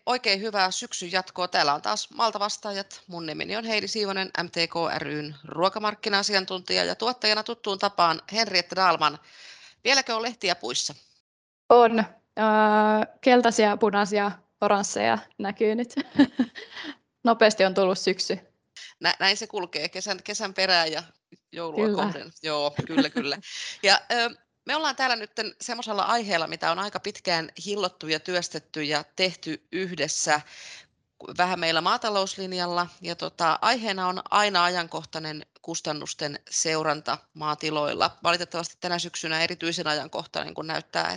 Oikein hyvää syksyn jatkoa. Täällä on taas Malta vastaajat. Mun nimeni on Heidi Siivonen, MTK ry:n ruokamarkkina-asiantuntija ja tuottajana tuttuun tapaan Henriette Dahlman. Vieläkö on lehtiä puissa? On. Keltaisia, punaisia, oransseja näkyy nyt. Nopeasti on tullut syksy. Näin se kulkee kesän perään ja joulua Kyllä. kohden. Joo, kyllä. Ja me ollaan täällä nyt semmoisella aiheella, mitä on aika pitkään hillottu ja työstetty ja tehty yhdessä vähän meillä maatalouslinjalla. Ja aiheena on aina ajankohtainen kustannusten seuranta maatiloilla. Valitettavasti tänä syksynä erityisen ajankohtainen, kun näyttää,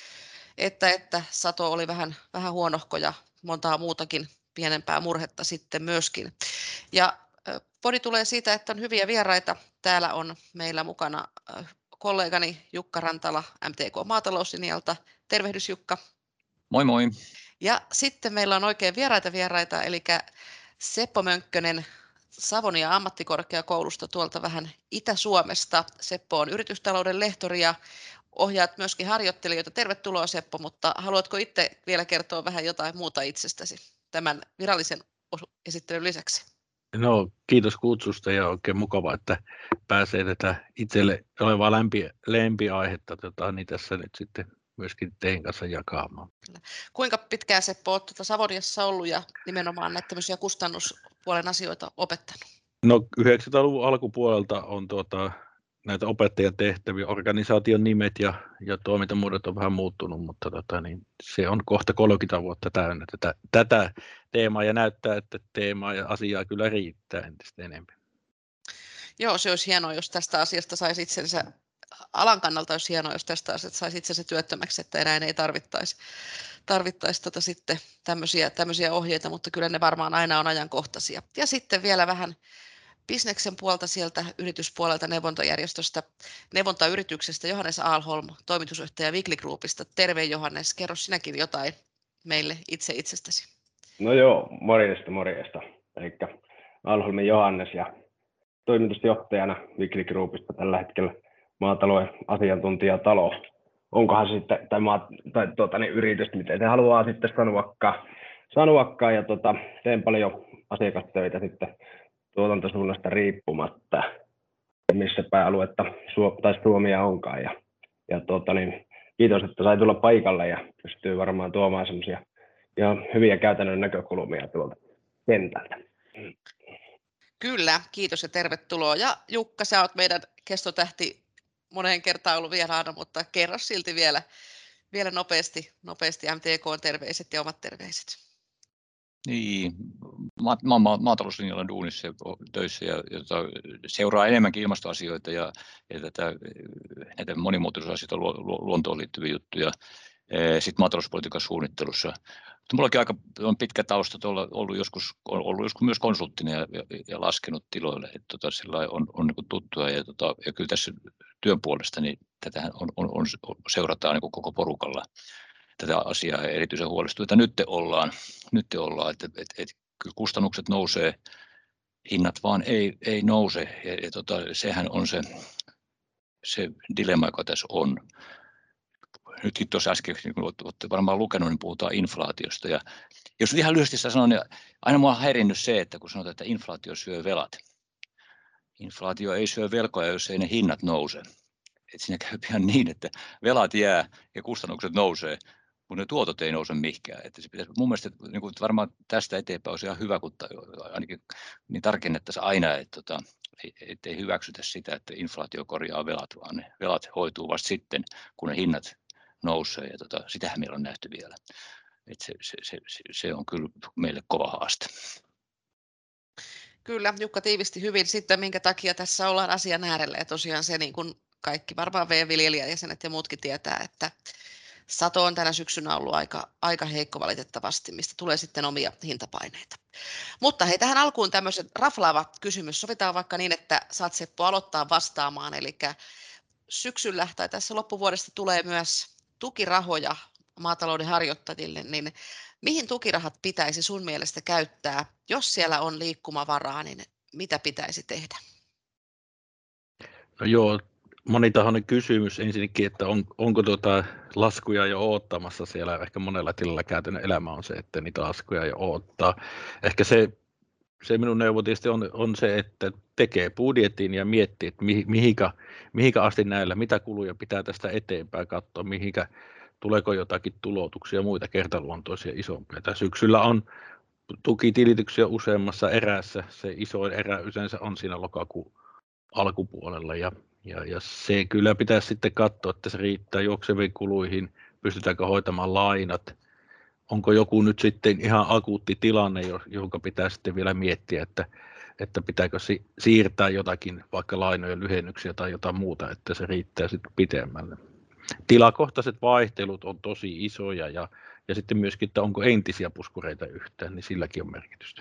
että sato oli vähän huonohko ja montaa muutakin pienempää murhetta sitten myöskin. Ja podi tulee siitä, että on hyviä vieraita. Täällä on meillä mukana kollegani Jukka Rantala MTK Maatalouslinjalta. Tervehdys Jukka. Moi moi. Ja sitten meillä on oikein vieraita, eli Seppo Mönkkönen Savonia ammattikorkeakoulusta tuolta vähän Itä-Suomesta. Seppo on yritystalouden lehtori ja ohjaat myöskin harjoittelijoita. Tervetuloa Seppo, mutta haluatko itse vielä kertoa vähän jotain muuta itsestäsi tämän virallisen esittelyn lisäksi? No, kiitos kutsusta ja oikein mukava, että pääsee tätä itselle olevaa lempiaihetta niin tässä nyt sitten myöskin teidän kanssa jakamaan. Kuinka pitkään Seppo olet Savoniassa ollut ja nimenomaan näitä tämmöisiä kustannuspuolen asioita opettanut? No 90-luvun alkupuolelta on näitä opettajan tehtäviä, organisaation nimet ja toimintamuodot on vähän muuttunut, mutta niin se on kohta 30 vuotta täynnä tätä teemaa ja näyttää, että teemaa ja asiaa kyllä riittää entistä enemmän. Joo, se olisi hienoa, jos tästä asiasta saisi itsensä, alan kannalta olisi hienoa, jos tästä asiasta saisi itsensä työttömäksi, että enää ei tarvittaisi sitten tämmöisiä ohjeita, mutta kyllä ne varmaan aina on ajankohtaisia. Ja sitten vielä vähän bisneksen puolta sieltä yrityspuolelta neuvontajärjestöstä, neuvontayrityksestä Johannes Aalholm, toimitusjohtaja Vigli Groupista. Terve Johannes, kerro sinäkin jotain meille itsestäsi. No joo, morjesta. Eli Aalholmin Johannes ja toimitusjohtajana Vigli Groupista tällä hetkellä maatalouden asiantuntijatalo. Onkohan sitten, tai yritys, miten se haluaa sitten sanoakaan ja teen paljon asiakastöitä sitten tuotantosuunnasta riippumatta, missä päin aluetta Suomea onkaan. Ja kiitos, että sai tulla paikalle ja pystyy varmaan tuomaan semmoisia ihan hyviä käytännön näkökulmia tuolta kentältä. Kyllä, kiitos ja tervetuloa. Ja Jukka, sä oot meidän kestotähti moneen kertaan ollut vieraana, mutta kerro silti vielä nopeasti MTK:n terveiset ja omat terveiset. Niin, mä oon maatalouslinjalla duunissa ja töissä ja seuraa enemmänkin ilmastoasioita ja näitä monimuotoisuusasioita, luontoon liittyviä juttuja, sitten maatalouspolitiikan suunnittelussa. Mutta mullakin on pitkä tausta ollut joskus myös konsulttina ja laskenut tiloille, että sillä on niin tuttua ja kyllä tässä työn puolesta niin tätähän seurataan niin koko porukalla tätä asiaa erityisen huolestuneita. Nyt ollaan, että kustannukset nousee, hinnat vaan ei nouse ja sehän on se dilemma, joka tässä on. Nytkin tuossa äsken, kun olette varmaan lukenut, niin puhutaan inflaatiosta. Ja jos ihan lyhyesti sanon, niin aina minua on häirinnyt se, että kun sanotaan, että inflaatio syö velat. Inflaatio ei syö velkoja, jos ei ne hinnat nouse. Et siinä käy ihan niin, että velat jää ja kustannukset nousee, mutta ne tuotot ei nouse mihinkään. Että se pitäisi, mun mielestä niin varmaan tästä eteenpäin olisi ihan hyvä, kun ainakin niin tarkennettaisiin aina, että ei hyväksytä sitä, että inflaatio korjaa velat, vaan ne velat hoituu vasta sitten, kun ne hinnat nousee, ja sitähän meillä on nähty vielä. Että se on kyllä meille kova haaste. Kyllä, Jukka tiivisti hyvin sitten, minkä takia tässä ollaan asian äärellä. Ja tosiaan se, niin kuin kaikki varmaan viljelijäjäsenet ja muutkin tietää, että sato on tänä syksynä ollut aika heikko valitettavasti, mistä tulee sitten omia hintapaineita. Mutta hei, tähän alkuun tämmöisen raflaava kysymys. Sovitaan vaikka niin, että saat Seppo aloittaa vastaamaan. Eli syksyllä tai tässä loppuvuodesta tulee myös tukirahoja maatalouden harjoittajille, niin mihin tukirahat pitäisi sun mielestä käyttää? Jos siellä on liikkumavaraa, niin mitä pitäisi tehdä? No joo, monitahoinen kysymys ensinnäkin, että onko laskuja jo odottamassa siellä. Ehkä monella tilalla käytännön elämä on se, että niitä laskuja jo odottaa. Ehkä se minun neuvo tietysti on se, että tekee budjetin ja miettii, että mihinkä asti näillä, mitä kuluja pitää tästä eteenpäin katsoa, tuleeko jotakin tuloutuksia ja muita kertaluontoisia isompia. Tässä syksyllä on tukitilityksiä useammassa erässä. Se isoin erä yleensä on siinä lokakuun alkupuolella ja se kyllä pitäisi sitten katsoa, että se riittää juokseviin kuluihin, pystytäänkö hoitamaan lainat. Onko joku nyt sitten ihan akuutti tilanne, johon pitää sitten vielä miettiä, että pitääkö siirtää jotakin, vaikka lainojen lyhennyksiä tai jotain muuta, että se riittää sitten pitemmälle. Tilakohtaiset vaihtelut on tosi isoja ja sitten myöskin, että onko entisiä puskureita yhtään, niin silläkin on merkitystä.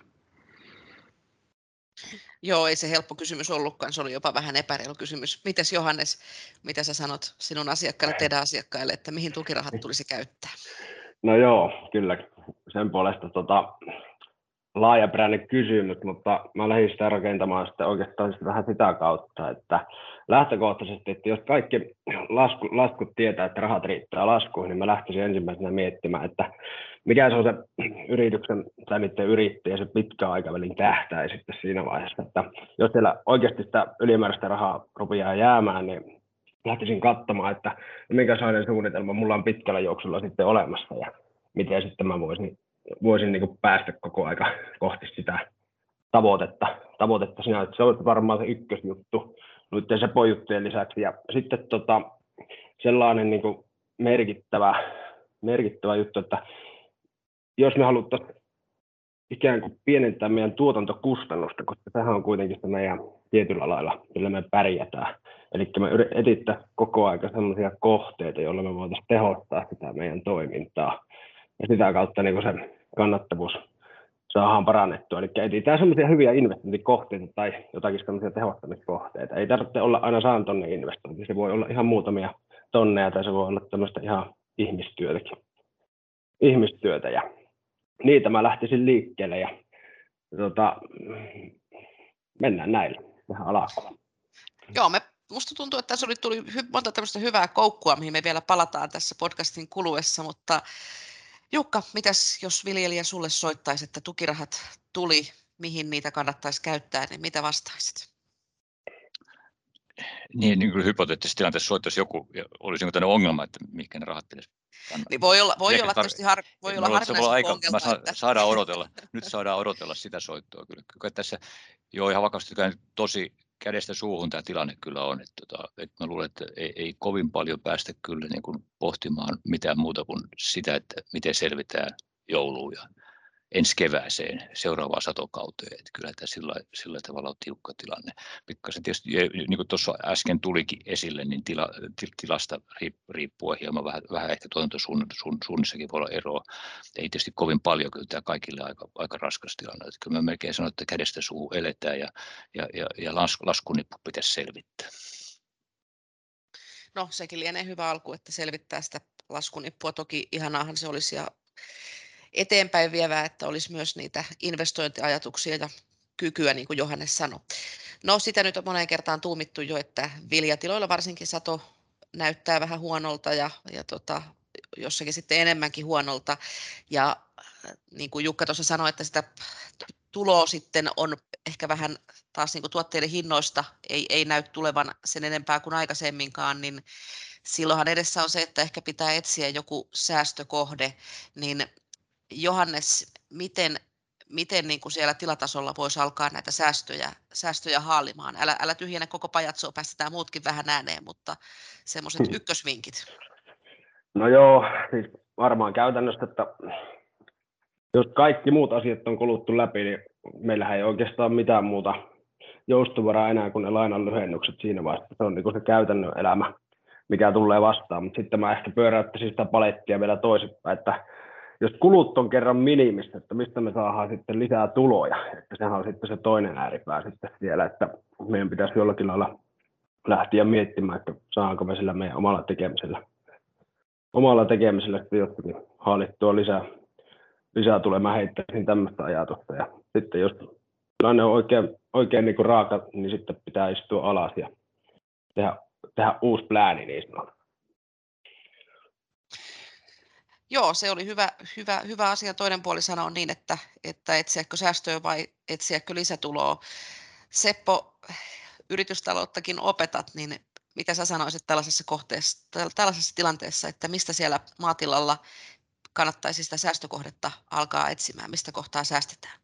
Joo, ei se helppo kysymys ollutkaan, se oli jopa vähän epäreilu kysymys. Mites Johannes, mitä sä sanot sinun asiakkaille, teidän asiakkaille, että mihin tukirahat tulisi käyttää? No joo, kyllä sen puolesta laajaperäinen kysymys, mutta mä lähdin sitä rakentamaan sitten oikeastaan vähän sitä kautta, että lähtökohtaisesti, että jos kaikki laskut tietää, että rahat riittää laskuihin, niin mä lähtisin ensimmäisenä miettimään, että mikä se on se yrityksen tai niiden yrittäjien se pitkän aikavälin tähtäin sitten siinä vaiheessa, että jos siellä oikeasti sitä ylimääräistä rahaa rupeaa jäämään, niin lähtisin katsomaan, että minkälainen suunnitelma mulla on pitkällä juoksulla sitten olemassa ja miten sitten mä voisin niin kuin päästä koko aika kohti sitä tavoitetta sinä, että se on varmaan se ykkösjuttu noiden sepojuttujen lisäksi. Ja sitten sellainen niin kuin merkittävä juttu, että jos me haluttaisiin ikään kuin pienentää meidän tuotantokustannusta, koska sehän on kuitenkin se meidän tietyllä lailla, millä me pärjätään. Eli me etsittäisiin koko ajan sellaisia kohteita, joilla me voitaisiin tehostaa sitä meidän toimintaa. Ja sitä kautta niin se kannattavuus saadaan parannettua. Eli etsitään sellaisia hyviä investointikohteita tai jotakin sellaisia tehostamiskohteita. Ei tarvitse olla aina 100 tonnin investointi. Se voi olla ihan muutamia tonneja tai se voi olla tämmöistä ihan ihmistyötä. Ja niitä mä lähtisin liikkeelle ja mennään näillä vähän alkuun. Joo, musta tuntuu, että tässä tuli monta tämmöistä hyvää koukkua, mihin me vielä palataan tässä podcastin kuluessa, mutta Jukka, mitäs jos viljelijä sulle soittaisi, että tukirahat tuli, mihin niitä kannattaisi käyttää, niin mitä vastaisit? Niin kuin hypoteettisessa tilanteessa soittaisi joku, ja olisi joku tämmöinen ongelma, että mihinkä ne rahat pitäisi kannattaa. Niin voi olla tietysti harvinaisen ongelma. Nyt saadaan odotella sitä soittoa kyllä. Tässä jo ihan vakavasti tosi kädestä suuhun tämä tilanne kyllä on. Että mä luulen, että ei kovin paljon päästä kyllä niin kuin pohtimaan mitään muuta kuin sitä, että miten selvitään jouluun ja ensi kevääseen seuraavaan satokauteen. Että kyllä tämä sillä tavalla on tiukka tilanne. Pikkasen tietysti, niin kuin tuossa äsken tulikin esille, niin tilasta riippuen hieman vähän ehkä tuotantosuunnissakin voi olla eroa. Ei tietysti kovin paljon, kyllä tämä kaikille aika raskas tilanne. Että kyllä mä melkein sanon, että kädestä suuhun eletään ja laskunippu pitäisi selvittää. No sekin lienee hyvä alku, että selvittää sitä laskunippua. Toki ihanaahan se olisi ja eteenpäin vievää, että olisi myös niitä investointiajatuksia ja kykyä, niin kuin Johannes sanoi. No sitä nyt on moneen kertaan tuumittu jo, että viljatiloilla varsinkin sato näyttää vähän huonolta ja jossakin sitten enemmänkin huonolta. Ja niin kuin Jukka tuossa sanoi, että sitä tuloa sitten on ehkä vähän taas niin kuin tuotteiden hinnoista ei näy tulevan sen enempää kuin aikaisemminkaan, niin silloinhan edessä on se, että ehkä pitää etsiä joku säästökohde, niin Johannes, miten niin kuin siellä tilatasolla voisi alkaa näitä säästöjä haalimaan? Älä tyhjennä koko pajatsoa, päästetään muutkin vähän ääneen, mutta semmoiset ykkösvinkit. No joo, siis varmaan käytännössä, että jos kaikki muut asiat on kuluttu läpi, niin meillähän ei oikeastaan mitään muuta joustovaraa enää kuin ne lainan lyhennykset siinä vaiheessa. Se on niin kuin se käytännön elämä, mikä tulee vastaan, mutta sitten mä ehkä pyöräyttäisin sitä palettia vielä toisinpäin, että jos kulut on kerran minimissä, että mistä me saadaan sitten lisää tuloja, että sehän on sitten se toinen ääripää sitten siellä, että meidän pitäisi jollakin lailla lähteä miettimään, että saadaanko me sillä meidän omalla tekemisellä sitten jostakin haalittua lisää tulee. Mä heittäisin tämmöistä ajatusta ja sitten jos tilanne on oikein niin kuin raaka, niin sitten pitää istua alas ja tehdä tehdä uusi plääni niin sanotusti. Joo, se oli hyvä asia. Toinen puoli sanoo niin, että etsiäkö säästöä vai etsiäkö lisätuloa. Seppo, yritystalouttakin opetat, niin mitä sä sanoisit tällaisessa tilanteessa, että mistä siellä maatilalla kannattaisi sitä säästökohdetta alkaa etsimään, mistä kohtaa säästetään?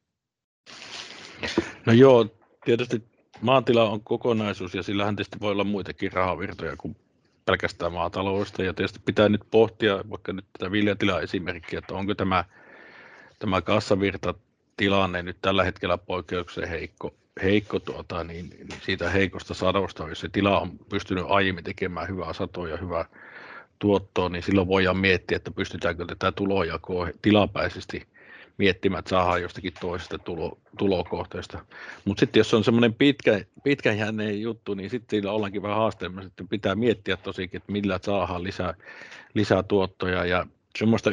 No joo, tietysti maatila on kokonaisuus ja sillähän tietysti voi olla muitakin rahavirtoja kuin pelkästään maataloudesta. Ja tietysti pitää nyt pohtia vaikka nyt tätä viljatilaesimerkkiä, että onko tämä kassavirtatilanne nyt tällä hetkellä poikkeuksellisen heikko niin siitä heikosta sadosta, jos se tila on pystynyt aiemmin tekemään hyvää satoa ja hyvää tuottoa, niin silloin voidaan miettiä, että pystytäänkö tätä tulojakoa tilapäisesti miettimään, että saadaan jostakin toisesta tulokohteesta. Mutta sitten jos on semmoinen pitkäjänteinen juttu, niin sitten sillä ollaankin vähän haasteellinen, että pitää miettiä tosikin, että millä saadaan lisää tuottoja ja semmoista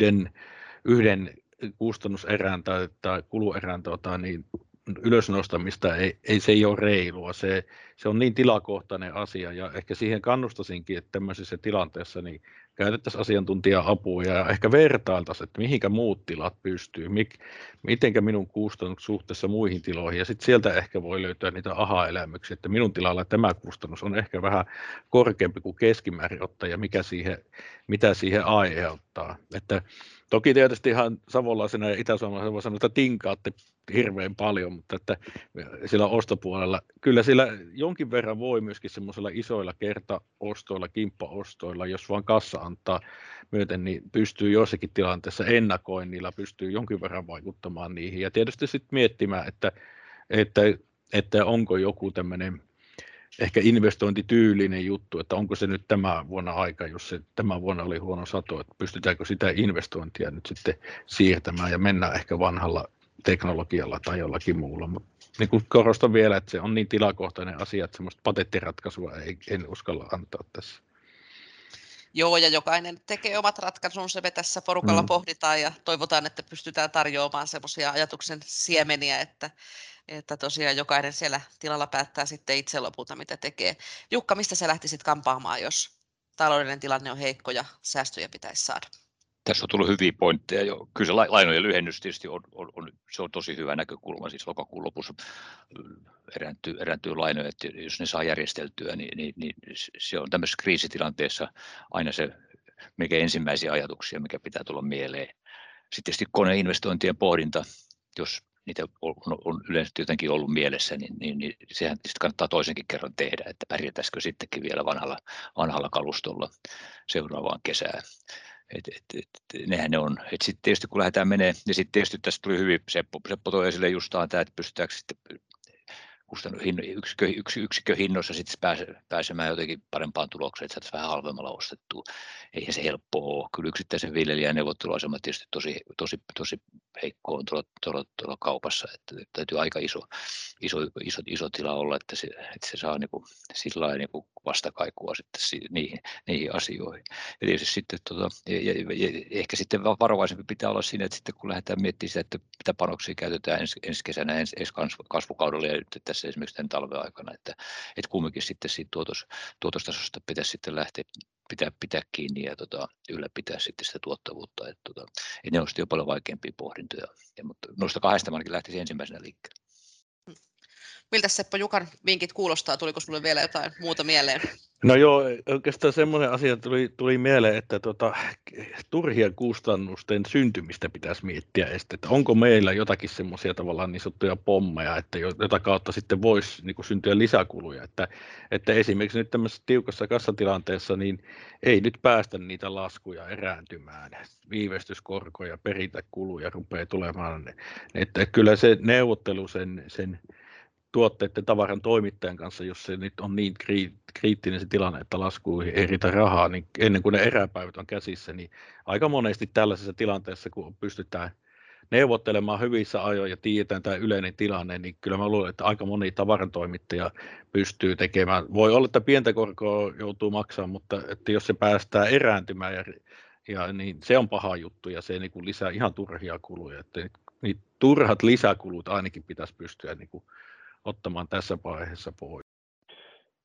yhden kustannuserän tai kuluerän niin ylösnostamista se ei ole reilua. Se on niin tilakohtainen asia ja ehkä siihen kannustaisinkin, että tämmöisessä tilanteessa niin käytettäisiin asiantuntija-apua ja ehkä vertailtaisiin, että mihinkä muut tilat pystyy, mitenkä minun kustannukset suhteessa muihin tiloihin ja sitten sieltä ehkä voi löytää niitä aha-elämyksiä, että minun tilalla tämä kustannus on ehkä vähän korkeampi kuin keskimäärin ottaja, mitä siihen aiheuttaa. Että toki tietysti ihan savolaisena ja itäsuomalaisena voi sanoa, että tinkaatte hirveän paljon, mutta että sillä ostopuolella, kyllä sillä jonkin verran voi myöskin semmoisilla isoilla kertaostoilla, kimppaostoilla, jos vaan kassa antaa myöten, niin pystyy jossakin tilanteessa ennakoinnilla, pystyy jonkin verran vaikuttamaan niihin. Ja tietysti sitten miettimään, että onko joku tämmöinen ehkä investointityylinen juttu, että onko se nyt tämä vuonna aika, jos se tämä vuonna oli huono sato, että pystytäänkö sitä investointia nyt sitten siirtämään ja mennään ehkä vanhalla teknologialla tai jollakin muulla. Mutta niin kuin korostan vielä, että se on niin tilakohtainen asia, että semmoista patenttiratkaisua en uskalla antaa tässä. Joo, ja jokainen tekee omat ratkaisunsa, me tässä porukalla pohditaan ja toivotaan, että pystytään tarjoamaan semmoisia ajatuksen siemeniä, että tosiaan jokainen siellä tilalla päättää sitten itse lopulta, mitä tekee. Jukka, mistä sä lähtisit kampaamaan, jos taloudellinen tilanne on heikko ja säästöjä pitäisi saada? Tässä on tullut hyviä pointteja jo. Kyllä se lainojen lyhennys tietysti se on tosi hyvä näkökulma. Siis lokakuun lopussa erääntyy lainoja, että jos ne saa järjesteltyä, niin se on tämmöisessä kriisitilanteessa aina se melkein ensimmäisiä ajatuksia, mikä pitää tulla mieleen. Sitten tietysti koneinvestointien pohdinta, jos niitä on yleensä jotenkin ollut mielessä, niin sehän tietysti kannattaa toisenkin kerran tehdä, että pärjätäisikö sittenkin vielä vanhalla kalustolla seuraavaan kesään. Nehän ne on. Sitten tietysti kun lähdetään menee, ja sitten tietysti tässä tuli hyvin, Seppo toi esille justaan tämä, että pystytäänkö sitten yksikköhinnoissa sitten pääsemään jotenkin parempaan tulokseen, että saataisiin vähän halvemmalla ostettua. Eihän se helppoa ole. Kyllä yksittäisen viljelijän neuvotteluasema tietysti tosi heikko on tuolla kaupassa, että täytyy aika iso tila olla, että se saa niinku sillä lailla niinku vastakaikua sitten niihin asioihin. Ja tietysti sitten ehkä sitten varovaisempi pitää olla siinä, että sitten kun lähdetään miettimään sitä, että mitä panoksia käytetään ensi kesänä, ensi kasvukaudella ja nyt tässä esimerkiksi tämän talven aikana, että kumminkin sitten siitä tuotostasosta pitäisi sitten lähteä pitää kiinni ja ylläpitää sitten sitä tuottavuutta. Että ne on sitten jo paljon vaikeampia pohdintoja, mutta noista kahdesta ainakin lähtisi ensimmäisenä liikkeelle. Miltä Seppo Jukan vinkit kuulostaa? Tuliko sinulle vielä jotain muuta mieleen? No joo, oikeastaan semmoinen asia tuli mieleen, että turhien kustannusten syntymistä pitäisi miettiä, että onko meillä jotakin semmoisia tavallaan niin sanottuja pommeja, että jota kautta sitten voisi niin kuin syntyä lisäkuluja, että esimerkiksi nyt tämmöisessä tiukassa kassatilanteessa niin ei nyt päästä niitä laskuja erääntymään, viivästyskorkoja, perintäkuluja rupeaa tulemaan, että kyllä se neuvottelu sen tuotteiden tavaran toimittajan kanssa, jos se nyt on niin kriittinen se tilanne, että laskuihin ei riitä rahaa, niin ennen kuin ne eräpäivät on käsissä, niin aika monesti tällaisessa tilanteessa, kun pystytään neuvottelemaan hyvissä ajoin ja tiedetään tämä yleinen tilanne, niin kyllä mä luulen, että aika moni tavarantoimittaja pystyy tekemään. Voi olla, että pientä korkoa joutuu maksamaan, mutta että jos se päästään erääntymään, niin se on paha juttu ja se niin kuin lisää ihan turhia kuluja. Että niin turhat lisäkulut ainakin pitäisi pystyä niin kuin ottamaan tässä vaiheessa pois.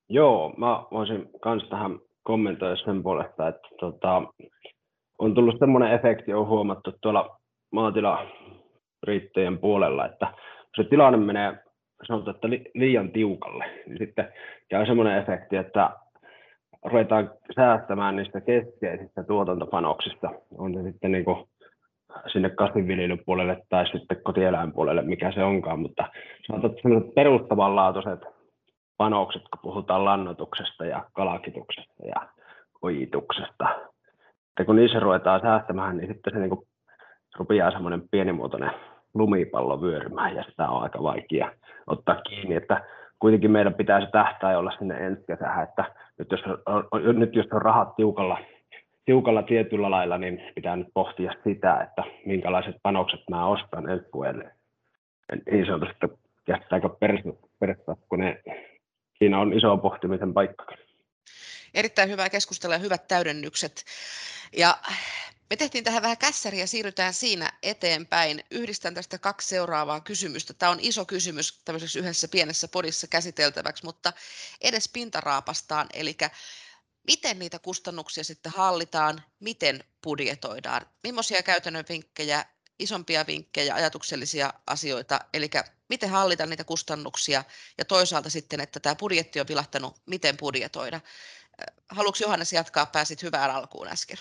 Joo, mä voisin kans tähän kommentoida sen puolesta, että on tullut semmoinen efekti, on huomattu tuolla maatilayrittäjien puolella, että kun se tilanne menee, sanotaan, että liian tiukalle, niin sitten käy semmoinen efekti, että ruvetaan säästämään niistä keskeisistä tuotantopanoksista, on se sitten niin kuin sinne kasvinviljelypuolelle tai sitten kotieläinpuolelle, mikä se onkaan, mutta sanotaan, että sellaiset perustavanlaatuiset panokset, kun puhutaan lannoituksesta ja kalakituksesta ja ojituksesta. Ja kun niissä ruvetaan säästämään, niin sitten se niin kuin rupeaa semmoinen pienimuotoinen lumipallo vyörymään ja sitä on aika vaikea ottaa kiinni, että kuitenkin meidän pitää se tähtäin olla sinne ensi kesähän, että nyt jos on rahat tiukalla tietyllä lailla, niin pitää nyt pohtia sitä, että minkälaiset panokset mä ostan ensi vuodelle. Niin sanotusti jättääkö perustaa, kun siinä on iso pohtimisen paikka. Erittäin hyvää keskustelua ja hyvät täydennykset. Ja me tehtiin tähän vähän kässäriä ja siirrytään siinä eteenpäin. Yhdistän tästä 2 seuraavaa kysymystä. Tämä on iso kysymys tämmöisessä yhdessä pienessä podissa käsiteltäväksi, mutta edes pintaraapastaan. Eli miten niitä kustannuksia sitten hallitaan, miten budjetoidaan, millaisia käytännön vinkkejä, isompia vinkkejä, ajatuksellisia asioita, eli miten hallita niitä kustannuksia ja toisaalta sitten, että tämä budjetti on vilahtanut, miten budjetoida. Haluatko Johannes jatkaa, pääsit hyvään alkuun äsken?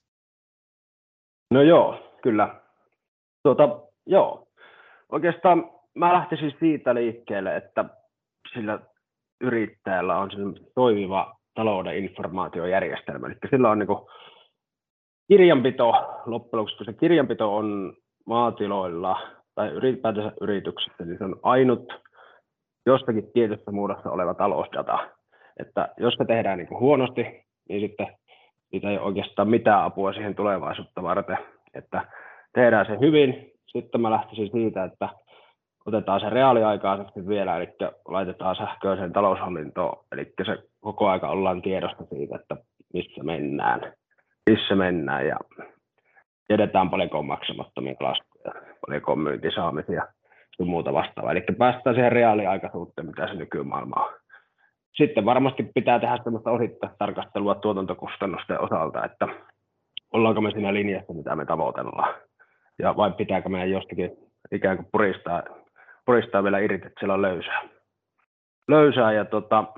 No joo, kyllä. Joo. Oikeastaan mä lähtisin siitä liikkeelle, että sillä yrittäjällä on toimiva talouden informaatiojärjestelmä. Eli sillä on niin kuin kirjanpito, loppujen lopuksi, kun se kirjanpito on maatiloilla tai ylipäätänsä yrityksissä, niin se on ainut jostakin tietyssä muodossa oleva talousdata. Että jos se tehdään niin kuin huonosti, niin sitten siitä ei oikeastaan mitään apua siihen tulevaisuutta varten. Että tehdään se hyvin. Sitten mä lähtisin siitä, että otetaan se reaaliaikaisesti vielä, eli laitetaan sähköiseen taloushallintoon, eli se koko aika ollaan tiedosta siitä, että missä mennään ja tiedetään paljonko on maksamattomia laskuja, paljonko on myyntisaamisia ja muuta vastaavaa. Eli päästään siihen reaaliaikaisuuteen, mitä se nykymaailma on. Sitten varmasti pitää tehdä sellaista osittaista tarkastelua tuotantokustannusten osalta, että ollaanko me siinä linjassa, mitä me tavoitellaan, ja vai pitääkö meidän jostakin ikään kuin puristaa vielä irti, että siellä on löysää ja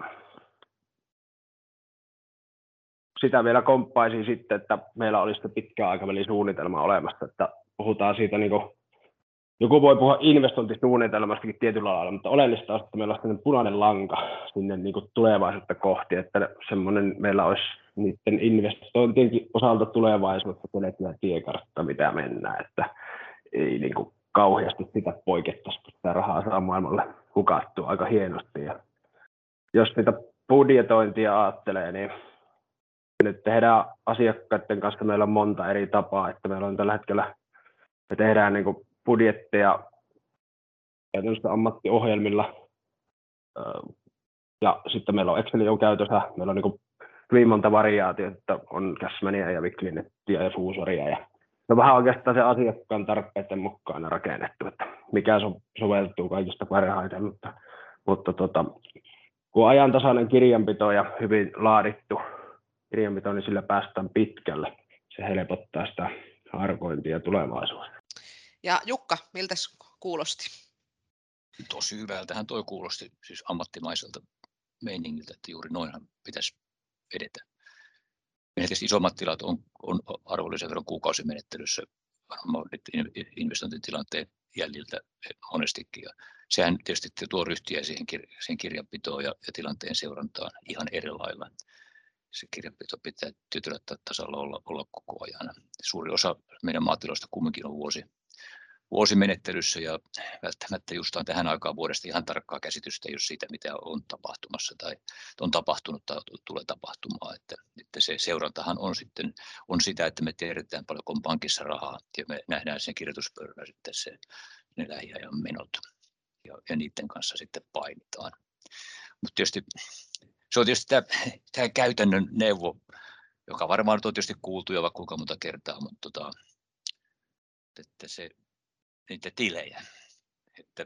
sitä vielä komppaisin sitten, että meillä olisi pitkän aikavälin suunnitelma olemassa, että puhutaan siitä, niin kuin, joku voi puhua investointisuunnitelmastakin tietyllä lailla, mutta oleellista on, että meillä olisi sellainen punainen lanka sinne niin kuin tulevaisuutta kohti, että semmoinen meillä olisi niiden investointienkin osalta tulevaisuutta selkeä tiekartta, mitä mennään, että ei niin kuin kauheasti sitä poikettaisi, kun sitä rahaa saa maailmalle hukattua aika hienosti. Ja jos niitä budjetointia ajattelee, niin nyt tehdään asiakkaiden kanssa, meillä on monta eri tapaa, että meillä on tällä hetkellä, me tehdään niin kuin budjetteja käytännössä ammattiohjelmilla, ja sitten meillä on Excel on käytössä, meillä on niin kuin hyvin monta variaatiota, että on Cashmania ja Wiklinettiä ja Fuusoria, ja se on vähän oikeastaan se asiakkaan tarpeiden mukaan rakennettu, että mikä soveltuu kaikista parhaiten, mutta kun ajantasainen kirjanpito ja hyvin laadittu kirjanpito, niin sillä päästään pitkälle. Se helpottaa sitä arviointia tulevaisuudessa. Ja Jukka, miltä kuulosti? Tosi hyvältähän toi kuulosti, siis ammattimaiselta meiningiltä, että juuri noinhan pitäisi edetä. Ja tietysti isommat tilat on arvonlisäveron kuukausimenettelyssä varmaan investointitilanteen jäljiltä monestikin. Ja sehän tietysti tuo ryhtiä siihen kirjanpitoon ja tilanteen seurantaan ihan eri lailla. Se kirjanpito pitää tietyllä tasalla olla koko ajan. Suuri osa meidän maatiloista kumminkin on vuosimenettelyssä ja välttämättä justaan tähän aikaan vuodesta ihan tarkkaa käsitystä ei ole siitä, mitä on tapahtumassa tai on tapahtunut tai tulee tapahtumaan. Että se seurantahan on sitä, että me tiedetään paljonko on pankissa rahaa ja me nähdään sen kirjoituspöydällä sitten ne lähiajan menot ja niiden kanssa sitten painitaan. Mutta tietysti se on tietysti tämä käytännön neuvo, joka varmaan on tietysti kuultu jo vaikka kuinka monta kertaa, mutta että se niitä tilejä, että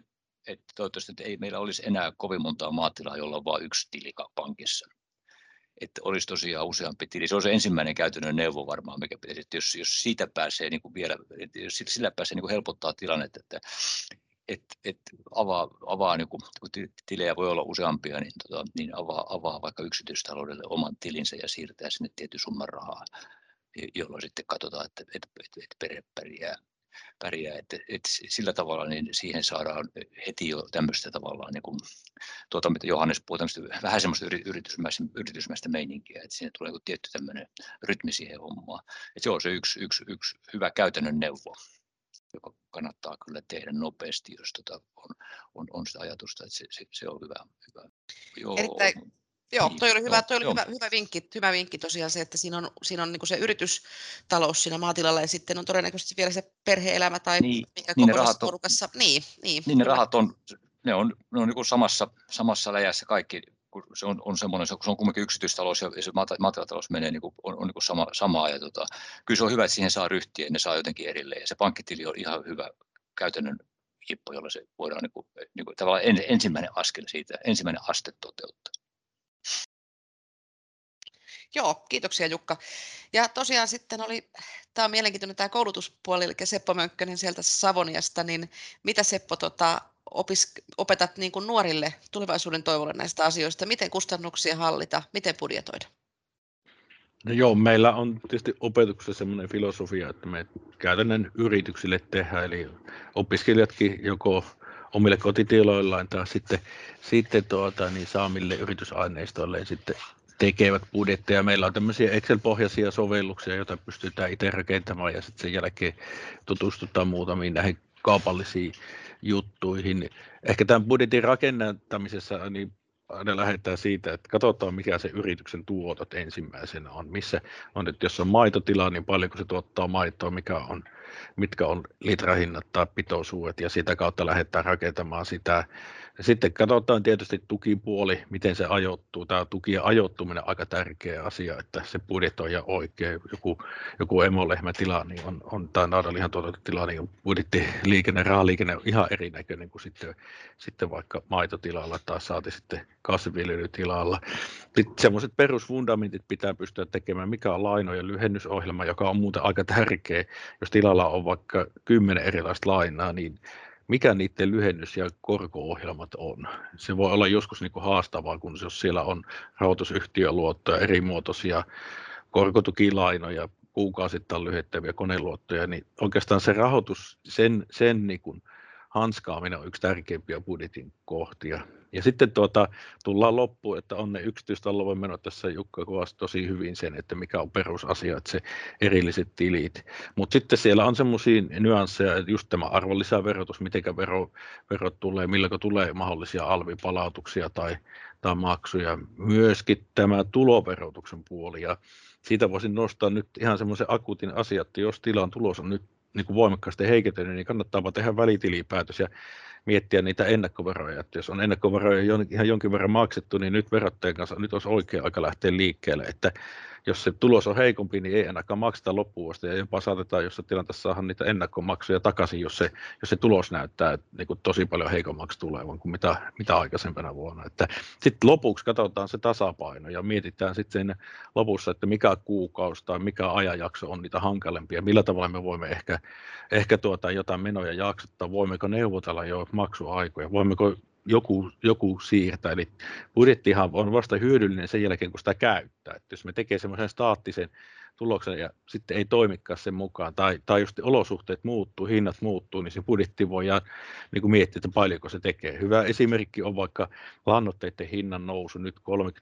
että toivottavasti että ei meillä olisi enää kovin montaa maatilaa, jolla on vain yksi tili pankissa. Että olisi tosiaan useampi tili. Se on se ensimmäinen käytännön neuvo varmaan, mikä pitäisi, että jos siitä pääsee niin kuin vielä, jos sillä pääsee niin kuin helpottaa tilannetta, että avaa niin kun tilejä voi olla useampia, niin avaa vaikka yksityistaloudelle oman tilinsä ja siirtää sinne tietyn summan rahaa, jolloin sitten katsotaan, että perhe pärjää. Että sillä tavalla niin siihen saadaan heti jo tämmöistä tavallaan, niin kuin, mitä Johannes puhui, vähän semmoista yritysmäistä meininkiä, että siinä tulee tietty tämmöinen rytmi siihen hommaan. Että se on se yksi hyvä käytännön neuvo, joka kannattaa kyllä tehdä nopeasti, jos on sitä ajatusta, että se on hyvä. Joo, Joo, niin, toi oli joo. hyvä vinkki tosiaan se, että siinä on niin kuin se yritystalous siinä maatilalla ja sitten on todennäköisesti vielä se perhe-elämä tai mikä kokoisessa porukassa. Niin, ne rahat on niin kuin samassa läjässä kaikki, kun se on semmoinen, kun se on kuitenkin yksityistalous ja se maatilatalous menee niin kuin, on niin kuin samaa ja kyllä se on hyvä, että siihen saa ryhtiä ja ne saa jotenkin erilleen ja se pankkitili on ihan hyvä käytännön hippo, jolla se voidaan niin kuin tavallaan ensimmäinen askel siitä, ensimmäinen aste toteuttaa. Joo, kiitoksia Jukka. Ja tosiaan sitten tämä on mielenkiintoinen tämä koulutuspuoli, eli Seppo Mönkkönen sieltä Savoniasta, niin mitä Seppo opetat niin kuin nuorille tulevaisuuden toivolle näistä asioista, miten kustannuksia hallita, miten budjetoida? No joo, meillä on tietysti opetuksessa semmoinen filosofia, että me käytännön yrityksille tehdään, eli opiskelijatkin joko omille kotitiloillaan tai sitten niin saamille yritysaineistoille sitten tekevät budjetteja. Meillä on tämmöisiä Excel-pohjaisia sovelluksia, joita pystytään itse rakentamaan ja sitten sen jälkeen tutustutaan muutamiin näihin kaupallisiin juttuihin. Ehkä tämän budjetin rakentamisessa niin aina lähdetään siitä, että katsotaan mikä se yrityksen tuotot ensimmäisenä on. Missä on, että jos on maitotila, niin paljonko se tuottaa maitoa, mitkä on litrahinnat tai pitoisuudet ja sitä kautta lähdetään rakentamaan sitä. Ja sitten katsotaan tietysti tukipuoli, miten se ajoittuu. Tämä tukien ajoittuminen on aika tärkeä asia, että se budjetoija oikein. Joku emolehmätila niin on tai naudanlihan tuotantotila, niin on budjettiliikenne, rahaliikenne on ihan erinäköinen kuin sitten vaikka maitotilalla tai saati sitten kasvinviljelytilalla. Sitten semmoiset perusfundamentit pitää pystyä tekemään, mikä on lainojen lyhennysohjelma, joka on muuten aika tärkeä. Jos tilalla on vaikka 10 erilaista lainaa, niin mikä niiden lyhennys- ja korko-ohjelmat on. Se voi olla joskus niin kuin haastavaa, kun jos siellä on rahoitusyhtiöluottoja, erimuotoisia korkotukilainoja, kuukausittain lyhentäviä koneluottoja, niin oikeastaan se rahoitus, sen niin kuin hanskaaminen on yksi tärkeimpiä budjetin kohtia. Ja sitten tullaan loppuun, että on ne yksityistalouden menot tässä Jukka kuvasi tosi hyvin sen, että mikä on perusasia, että se erilliset tilit. Mutta sitten siellä on semmoisia nyansseja, että just tämä arvonlisäverotus, mitenkä verot tulee, milloin tulee mahdollisia alvipalautuksia tai maksuja. Myöskin tämä tuloverotuksen puoli ja siitä voisin nostaa nyt ihan semmoisen akuutin asian, että jos tilan tulos on nyt niin kuin voimakkaasti heikentynyt, niin kannattaa tehdä välitilipäätös ja miettiä niitä ennakkoveroja. Että jos on ennakkoveroja ihan jonkin verran maksettu, niin nyt verottajan kanssa nyt olisi oikea aika lähteä liikkeelle. Että jos se tulos on heikompi, niin ei ainakaan makseta loppuun asti ja jopa saatetaan jossain tilanteessa saada niitä ennakkomaksuja takaisin, jos se tulos näyttää niin kuin tosi paljon heikommaksi tulevan kuin mitä aikaisempana vuonna. Sitten lopuksi katsotaan se tasapaino ja mietitään sitten lopussa, että mikä kuukausi tai mikä ajanjakso on niitä hankalempia, millä tavalla me voimme ehkä jotain menoja jaksottaa, voimmeko neuvotella jo maksuaikoja, voimmeko joku siirtää, eli budjettihan on vasta hyödyllinen sen jälkeen, kun sitä käyttää. Että jos me tekee semmoisen staattisen tuloksen ja sitten ei toimikaan sen mukaan, tai jos olosuhteet muuttuu, hinnat muuttuu, niin se budjetti voi niin kuin miettiä, että paljonko se tekee. Hyvä esimerkki on vaikka lannoitteiden hinnan nousu, nyt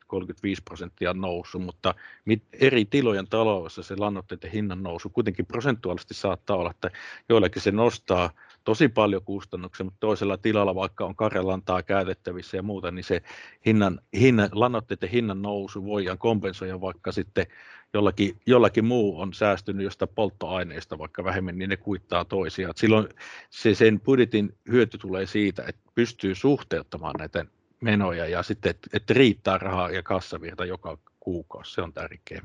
30-35% noussut, mutta eri tilojen taloudessa se lannoitteiden hinnan nousu kuitenkin prosentuaalisesti saattaa olla, että joillakin se nostaa tosi paljon kustannuksia, mutta toisella tilalla, vaikka on karjalantaa käytettävissä ja muuta, niin se lannoitteiden hinnan nousu voidaan kompensoida, vaikka sitten jollakin muu on säästynyt jostain polttoaineista vaikka vähemmän, niin ne kuittaa toisiaan. Silloin sen budjetin hyöty tulee siitä, että pystyy suhteuttamaan näitä menoja ja sitten, että riittää rahaa ja kassavirta joka kuukausi, se on tärkeää.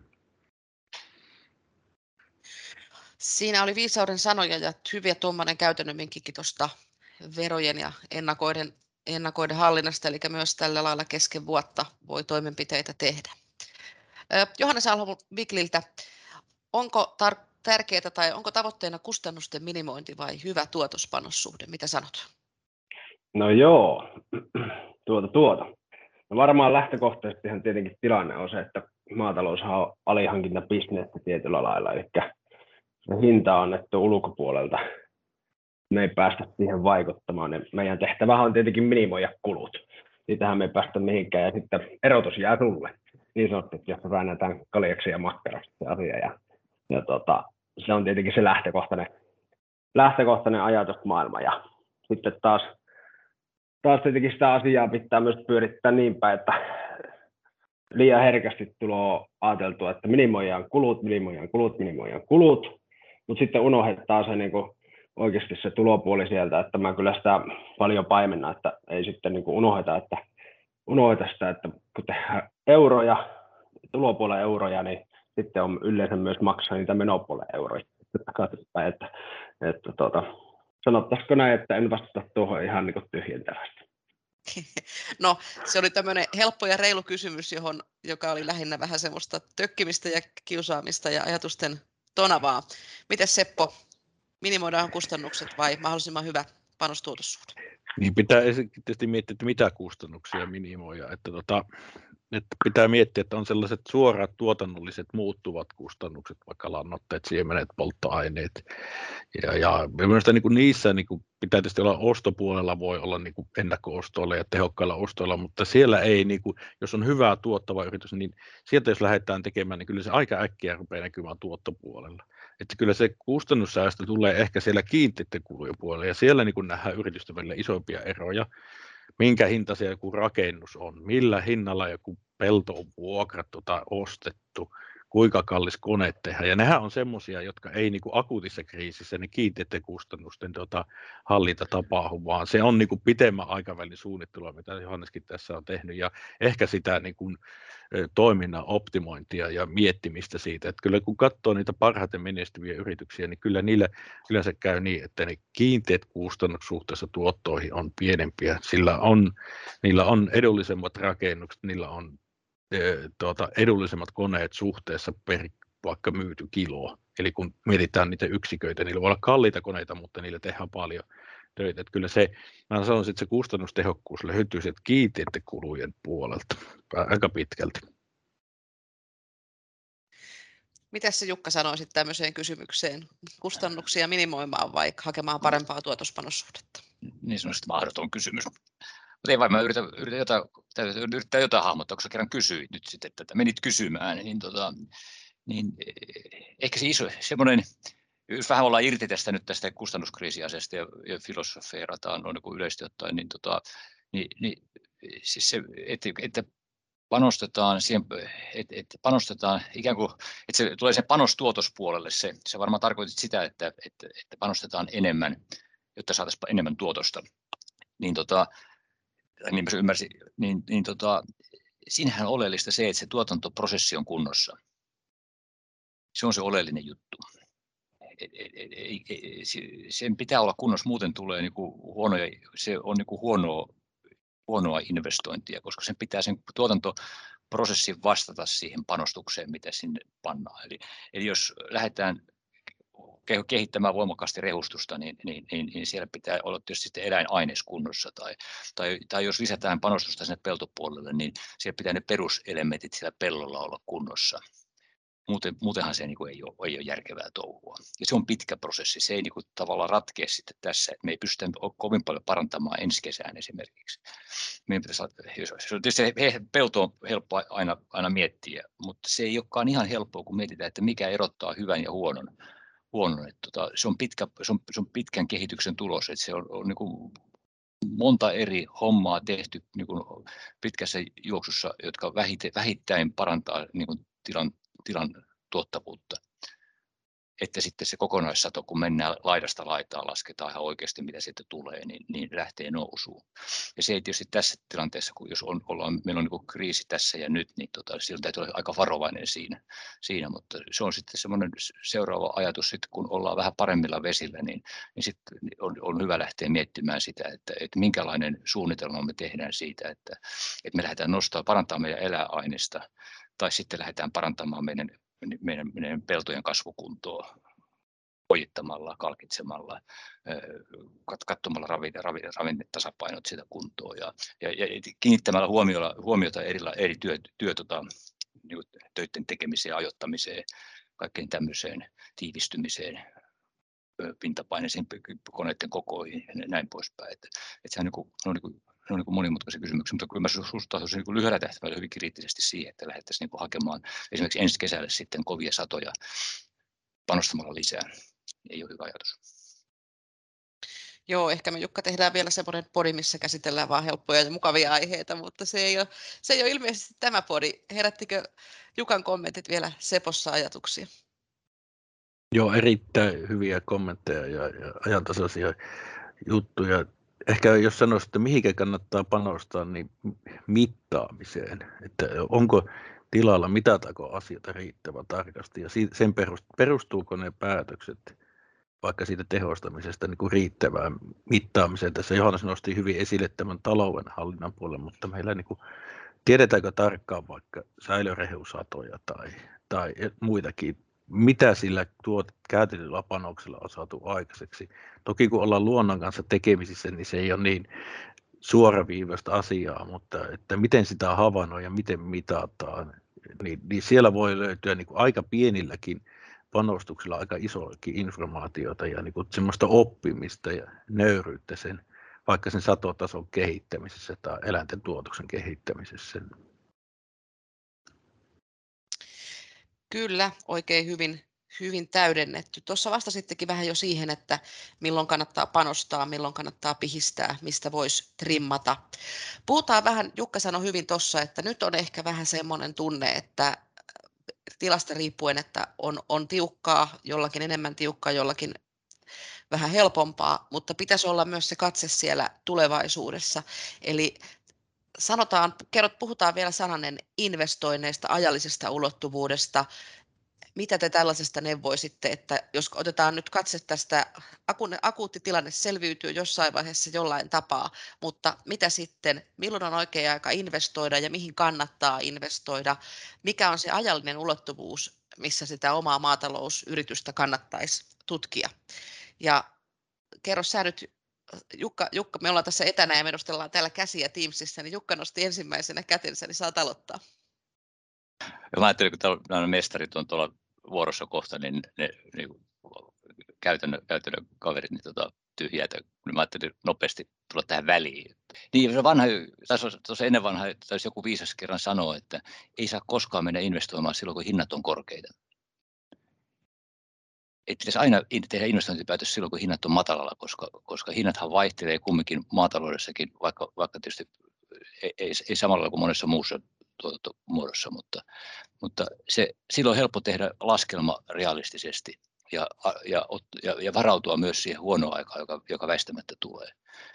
Siinä oli viisauden sanoja ja hyviä tuommoinen käytännön vinkkikin tuosta verojen ja ennakoiden hallinnasta, eli myös tällä lailla kesken vuotta voi toimenpiteitä tehdä. Johannes Alho Wikliltä, onko tärkeää tai onko tavoitteena kustannusten minimointi vai hyvä tuotospanossuhde? Mitä sanot? No joo, No varmaan lähtökohtaisestihan tietenkin tilanne on se, että maataloushan on alihankintabisnestä tietyllä lailla, eli se hinta on annettu ulkopuolelta. Me ei päästä siihen vaikuttamaan. Ja meidän tehtävähän on tietenkin minimoida kulut. Siitähän me ei päästä mihinkään. Ja sitten erotus jää sulle. Niin sanotusti, jos väännetään kaljaksi ja makkaraksi se asia. Ja se on tietenkin se lähtökohtainen ajatusmaailma. Ja sitten taas tietenkin sitä asiaa pitää myös pyörittää niin päin, että liian herkästi tulee ajateltua, että minimoidaan kulut, mutta sitten unohdetaan se niin kuin oikeasti se tulopuoli sieltä, että mä kyllä sitä paljon paimennan, että ei sitten niin kuin unohda sitä, että kun tehdään tulopuolen euroja, niin sitten on yleensä myös maksaa niitä menopuolen euroja. Sanottaisiko näin, että en vastata tuohon ihan niin kuin tyhjentävästi. No, se oli tämmöinen helppo ja reilu kysymys, joka oli lähinnä vähän semmoista tökkimistä ja kiusaamista ja ajatusten tonavaa. Mites Seppo, minimoidaan kustannukset vai mahdollisimman hyvä panostuotossuhde? Niin pitää tietysti miettiä, että mitä kustannuksia minimoida. Että pitää miettiä, että on sellaiset suorat tuotannolliset muuttuvat kustannukset, vaikka lannoitteet, siemenet, polttoaineet. Ja mielestäni niin kuin niissä niin kuin pitää tietysti olla ostopuolella, voi olla niin kuin ennakko-ostoilla ja tehokkailla ostoilla, mutta siellä ei, niin kuin, jos on hyvä tuottava yritys, niin sieltä jos lähdetään tekemään, niin kyllä se aika äkkiä rupeaa näkymään tuottopuolella. Että kyllä se kustannussäästö tulee ehkä siellä kiinteiden kulujen puolella, ja siellä niin kuin nähdään yritysten välillä isompia eroja. Minkä hintaisia joku rakennus on, millä hinnalla joku pelto on vuokrattu tai ostettu, kuinka kallis kone tehdään. Ja nehän on semmoisia, jotka ei niin kuin akuutissa kriisissä ne kiinteiden kustannusten hallinta tapahdu, vaan se on niin kuin pitemmän aikavälin suunnittelua, mitä Johanneskin tässä on tehnyt, ja ehkä sitä niin kuin toiminnan optimointia ja miettimistä siitä, että kyllä kun katsoo niitä parhaiten menestyviä yrityksiä, niin kyllä niillä yleensä käy niin, että ne kiinteät kustannukset suhteessa tuottoihin on pienempiä, sillä niillä on edullisemmat rakennukset, niillä on edullisemmat koneet suhteessa per vaikka myyty kilo. Eli kun mietitään niitä yksiköitä, niillä voi olla kalliita koneita, mutta niillä tehdään paljon töitä. Että kyllä se, mä sanoisin, että se kustannustehokkuus löytyy sieltä kiinteiden kulujen puolelta aika pitkälti. Mitäs se Jukka sanoisit tämmöiseen kysymykseen? Kustannuksia minimoimaan vai hakemaan parempaa tuotospanossuhdetta? Niin sanotusti mahdoton kysymys. Mutta ei vaan, mä yritän jotain hahmottaa, kun sä kerran kysyit nyt sitten, että menit kysymään, niin ehkä se iso semmoinen, jos vähän ollaan irti tästä kustannuskriisiasiasta ja filosofeerataan noin niin yleisesti ottaen, niin siis se, että panostetaan siihen, että panostetaan ikään kuin, että se tulee sen panostuotospuolelle, se varmaan tarkoitit sitä, että panostetaan enemmän, jotta saataisiin enemmän tuotosta. Niin mä ymmärsin, siinähän on oleellista se, että se tuotantoprosessi on kunnossa. Se on se oleellinen juttu. Sen pitää olla kunnossa, muuten tulee se on huonoa investointia, koska sen pitää sen tuotantoprosessin vastata siihen panostukseen, mitä sinne pannaan. Eli jos lähdetään kehittämään voimakkaasti rehustusta, niin siellä pitää olla tietysti eläinaines kunnossa, tai jos lisätään panostusta sinne peltopuolelle, niin siellä pitää ne peruselementit siellä pellolla olla kunnossa. Muutenhan se ei ole järkevää touhua. Ja se on pitkä prosessi, se ei tavallaan ratkea sitten tässä, että me ei pystytä kovin paljon parantamaan ensi kesään esimerkiksi. Tietysti pelto on helppo aina miettiä, mutta se ei olekaan ihan helppoa, kun mietitään, että mikä erottaa hyvän ja huonon. Se on pitkän kehityksen tulos, että se on niin kuin monta eri hommaa tehty niin kuin pitkässä juoksussa, jotka vähittäin parantaa niin kuin tilan tuottavuutta. että sitten se kokonaissato, kun mennään laidasta laitaan, lasketaan ihan oikeasti, mitä sieltä tulee, niin lähtee nousuun. Ja se ei tietysti tässä tilanteessa, kun jos meillä on niin kriisi tässä ja nyt, niin silloin täytyy olla aika varovainen siinä, mutta se on sitten semmoinen seuraava ajatus, sitten kun ollaan vähän paremmilla vesillä, niin sitten on hyvä lähteä miettimään sitä, että minkälainen suunnitelma me tehdään siitä, että me lähdetään parantamaan meidän eläainesta, tai sitten lähdetään parantamaan meidän peltojen kasvukuntoa ojittamalla, kalkitsemalla, katsomalla ravinnetasapainot sitä kuntoon ja kiinnittämällä huomiota eri töiden tekemiseen, ajoittamiseen, kaikkeen tämmöiseen tiivistymiseen, pintapaineisiin, koneiden kokoihin ja näin poispäin. Että sehän ne on monimutkaisia kysymyksiä, mutta kyllä mä suhtautuisin lyhyellä tähtäimellä hyvin kriittisesti siihen, että lähdettäisiin hakemaan esimerkiksi ensi kesälle sitten kovia satoja panostamalla lisää. Ei ole hyvä ajatus. Joo, ehkä me Jukka tehdään vielä semmoinen podi, missä käsitellään vaan helppoja ja mukavia aiheita, mutta se ei ole ilmeisesti tämä podi. Herättikö Jukan kommentit vielä Sepossa ajatuksia? Joo, erittäin hyviä kommentteja ja ajantasaisia juttuja. Ehkä jos sanoisi, että mihinkä kannattaa panostaa, niin mittaamiseen. Että onko tilalla, mitataanko asioita riittävän tarkasti ja sen perustuuko ne päätökset vaikka siitä tehostamisesta niin kuin riittävään mittaamiseen. Tässä Johannes nosti hyvin esille tämän taloudenhallinnan puolen, mutta meillä niin kuin, tiedetäänkö tarkkaan vaikka säilörehusatoja tai muitakin, mitä sillä käytetyllä panoksella on saatu aikaiseksi. Toki kun ollaan luonnon kanssa tekemisissä, niin se ei ole niin suoraviivaista asiaa, mutta että miten sitä havainnoidaan ja miten mitataan, niin siellä voi löytyä niin kuin aika pienilläkin panostuksella aika isoakin informaatiota ja niin kuin semmoista oppimista ja nöyryyttä vaikka sen satotason kehittämisessä tai eläinten tuotoksen kehittämisessä. Kyllä, oikein hyvin täydennetty. Tuossa vastasittekin vähän jo siihen, että milloin kannattaa panostaa, milloin kannattaa pihistää, mistä voisi trimmata. Puhutaan vähän, Jukka sanoi hyvin tuossa, että nyt on ehkä vähän semmoinen tunne, että tilasta riippuen, että on tiukkaa, jollakin enemmän tiukkaa, jollakin vähän helpompaa, mutta pitäisi olla myös se katse siellä tulevaisuudessa. Eli puhutaan vielä sananen investoinneista, ajallisesta ulottuvuudesta. Mitä te tällaisesta neuvoisitte, että jos otetaan nyt katse tästä, akuutti tilanne selviytyy jossain vaiheessa jollain tapaa, mutta mitä sitten, milloin on oikea aika investoida ja mihin kannattaa investoida, mikä on se ajallinen ulottuvuus, missä sitä omaa maatalousyritystä kannattaisi tutkia. Ja kerro sä nyt, Jukka, me ollaan tässä etänä ja me nostellaan täällä käsiä Teamsissa, niin Jukka nosti ensimmäisenä kätensä, niin saat aloittaa. Ja mä ajattelin, kun täällä mestarit on tuolla vuorossa kohta, niin ne niin käytännön kaverit niin tyhjätä, niin mä ajattelin nopeasti tulla tähän väliin. Niin, tuossa ennen vanha taisi joku viisas kerran sanoa, että ei saa koskaan mennä investoimaan silloin, kun hinnat on korkeita. Ei pitäisi aina tehdä investointipäätös silloin, kun hinnat on matalalla, koska hinnathan vaihtelee kumminkin maataloudessakin, vaikka tietysti ei samalla kuin monessa muussa tuotantomuodossa, mutta silloin on helppo tehdä laskelma realistisesti ja varautua myös siihen huonoon aikaan, joka väistämättä tulee.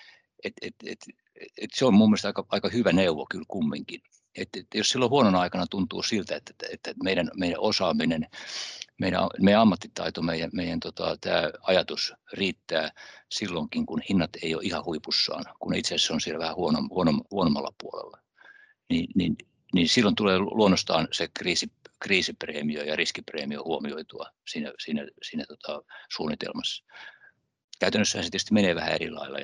Se on mun mielestä aika hyvä neuvo kyllä kumminkin. Jos silloin huonona aikana tuntuu siltä, että meidän osaaminen, meidän ammattitaito, meidän tämä ajatus riittää silloinkin, kun hinnat ei ole ihan huipussaan, kun itse asiassa on siellä vähän huonommalla puolella, niin silloin tulee luonnostaan se kriisipreemio ja riskipreemio huomioitua siinä suunnitelmassa. Käytännössä se tietysti menee vähän eri lailla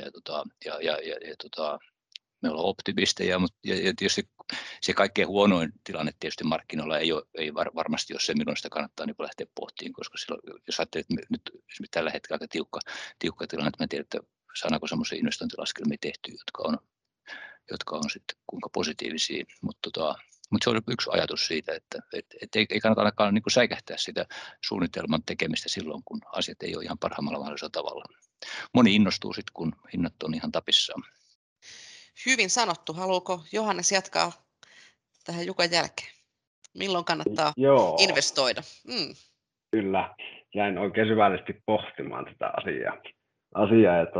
me ollaan optimisteja, mutta tietysti se kaikkein huonoin tilanne tietysti markkinoilla ei varmasti ole se, milloin sitä kannattaa niin lähteä pohtiin, koska silloin, jos ajattelee, että nyt esimerkiksi tällä hetkellä aika tiukka tilanne, että mä en tiedä, että saadaanko semmoisia investointilaskelmia tehtyä, jotka on sitten kuinka positiivisia, mutta se on yksi ajatus siitä, että ei kannata ainakaan niin kuin säikähtää sitä suunnitelman tekemistä silloin, kun asiat ei ole ihan parhaimmalla mahdollisella tavalla. Moni innostuu sitten, kun hinnat on ihan tapissaan. Hyvin sanottu. Haluaako Johannes jatkaa tähän Jukan jälkeen? Milloin kannattaa investoida? Kyllä. jäin oikein syvällisesti pohtimaan tätä asiaa. Ja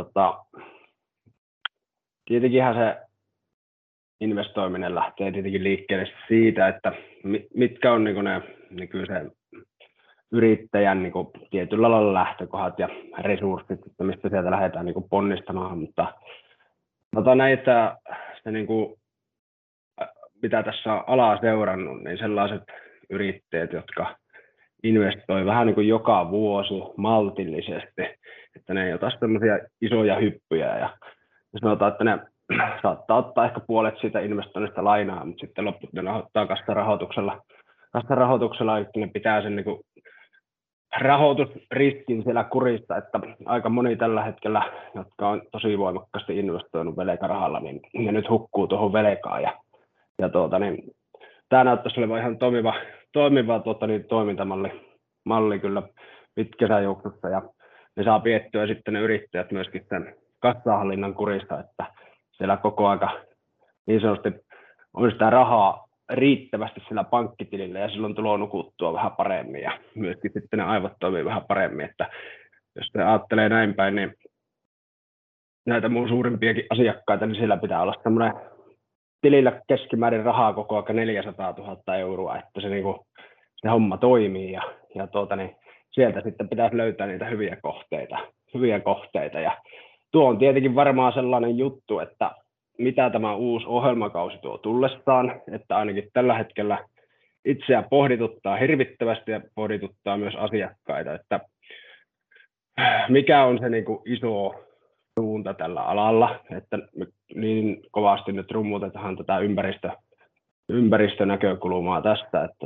tietenkinhän se investoiminen lähtee tietenkin liikkeelle siitä, että mitkä on niin ne nykyisen yrittäjän niin tietyllä lailla lähtökohdat ja resurssit, että mistä sieltä lähdetään niin ponnistamaan, mutta näitä se niin kuin, mitä tässä on alaa seurannut, niin sellaiset yrittäjät, jotka investoi vähän niin kuin joka vuosi maltillisesti, että ne ei ota sellaisia isoja hyppyjä ja sanotaan, että ne saattaa ottaa ehkä puolet siitä investoinnista lainaa, mutta sitten loput ne rahoittaa kassarahoituksella, että ne pitää sen niin kuin rahoitusriskin siellä kurissa, että aika moni tällä hetkellä, jotka on tosi voimakkaasti investoinut velkarahalla, niin ne nyt hukkuu tuohon velkaan ja tämä näyttäisi olevan ihan toimiva toimintamalli kyllä pitkässä juoksussa ja ne saa piettyä sitten ne yrittäjät myöskin sen kassahallinnan kurissa, että siellä koko aika niin sanotusti on sitä rahaa riittävästi sillä pankkitilillä ja silloin tulee nukuttua vähän paremmin ja myöskin sitten ne aivot toimii vähän paremmin, että jos se ajattelee näin päin, niin näitä mun suurimpiakin asiakkaita, niin siellä pitää olla semmoinen tilillä keskimäärin rahaa koko ajan 400 000 euroa, että se homma toimii ja sieltä sitten pitäisi löytää niitä hyviä kohteita ja tuo on tietenkin varmaan sellainen juttu, että mitä tämä uusi ohjelmakausi tuo tullessaan, että ainakin tällä hetkellä itseä pohdituttaa hirvittävästi ja pohdituttaa myös asiakkaita, että mikä on se niin kuin iso suunta tällä alalla, että niin kovasti nyt rummutetaan tätä ympäristönäkökulmaa tästä, että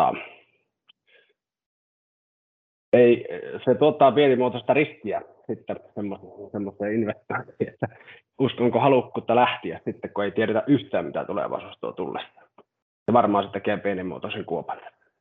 se tuottaa pienimuotoista riskiä sitten semmoiseen investointiin, että uskonko halukkuutta lähteä sitten, kun ei tiedetä yhtään, mitä tulevaisuus tuo tullessa. Se varmaan se tekee pienimuotoisen kuopan.